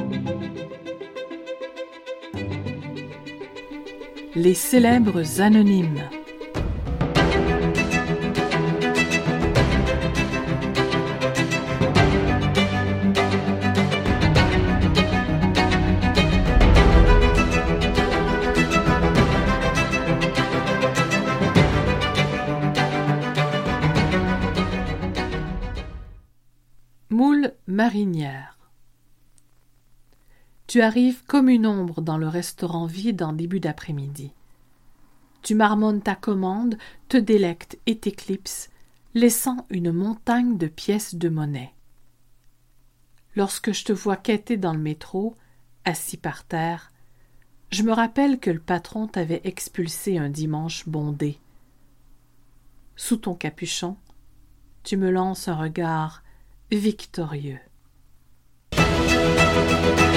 Les célèbres anonymes. Moule marinière. Tu arrives comme une ombre dans le restaurant vide en début d'après-midi. Tu marmonnes ta commande, te délectes et t'éclipses, laissant une montagne de pièces de monnaie. Lorsque je te vois quêter dans le métro, assis par terre, je me rappelle que le patron t'avait expulsé un dimanche bondé. Sous ton capuchon, tu me lances un regard victorieux.